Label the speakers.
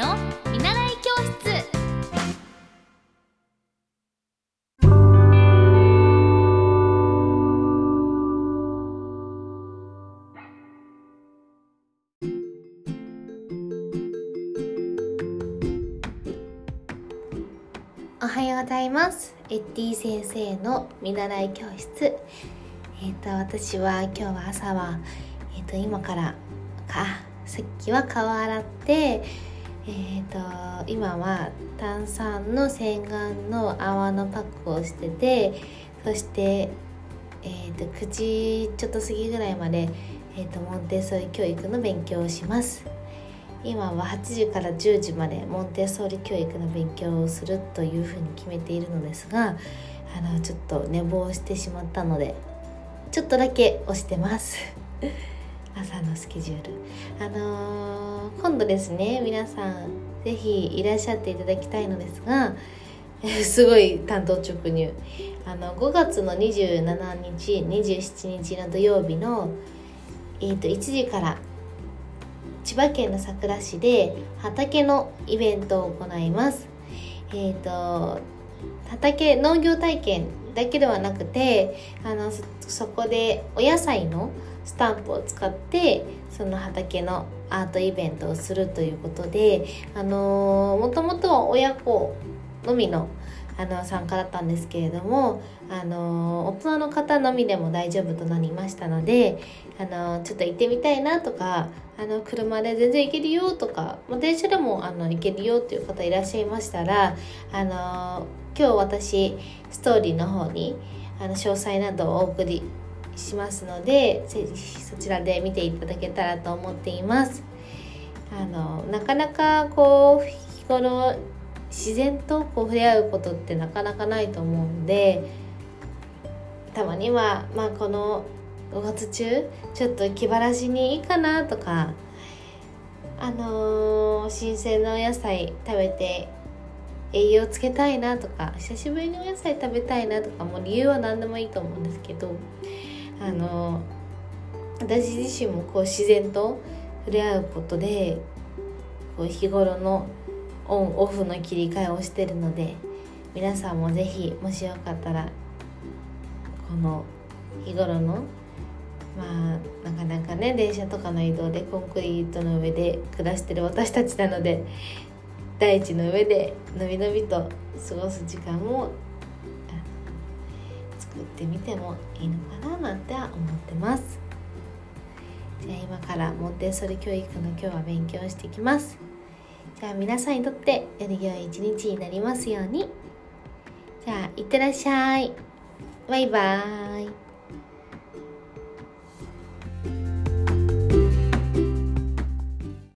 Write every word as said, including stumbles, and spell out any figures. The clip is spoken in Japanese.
Speaker 1: の見習い教室。おはようございます。エッティ先生の見習い教室。えっ、と私は今日は朝は、えっ、と今からかさっきは顔洗って、えっ、と今は炭酸の洗顔の泡のパックをしてて、そして、えっ、とくじちょっと過ぎぐらいまで、えっ、とモンテッソーリ教育の勉強をします。今ははちじからじゅうじまでモンテッソーリ教育の勉強をするというふうに決めているのですが、あのちょっと寝坊してしまったのでちょっとだけ押してます朝のスケジュール。あのー、今度ですね、皆さんぜひいらっしゃっていただきたいのですがすごい単刀直入、あのごがつのにじゅうしちにちにじゅうしちにちの土曜日の、えー、といちじから千葉県の佐倉市で畑のイベントを行います。えっ、と畑農業体験だけではなくて、あの そ, そこでお野菜のスタンプを使ってその畑のアートイベントをするということで、あのー、もともとは親子のみのあの参加だったんですけれども、あの大人の方のみでも大丈夫となりましたので、あのちょっと行ってみたいなとか、あの車で全然行けるよとか、まあ、電車でもあの行けるよっていう方いらっしゃいましたら、あの今日私ストーリーの方にあの詳細などをお送りしますので、ぜひそちらで見ていただけたらと思っています。あのなかなかこう日頃自然とこう触れ合うことってなかなかないと思うんで、たまには、まあ、このごがつ中ちょっと気晴らしにいいかなとか、あのー、新鮮なお野菜食べて栄養つけたいなとか、久しぶりにお野菜食べたいなとか、もう理由は何でもいいと思うんですけど、あのー、私自身もこう自然と触れ合うことでこう日頃のオンオフの切り替えをしてるので、皆さんもぜひもしよかったらこの日頃のまあなかなかね電車とかの移動でコンクリートの上で暮らしてる私たちなので、大地の上でのびのびと過ごす時間を作ってみてもいいのかななんて思ってます。じゃあ今からモンテッソーリ教育の今日は勉強していきます。じゃあ皆さんにとってより良い一日になりますように。じゃあいってらっしゃい。バイバーイ。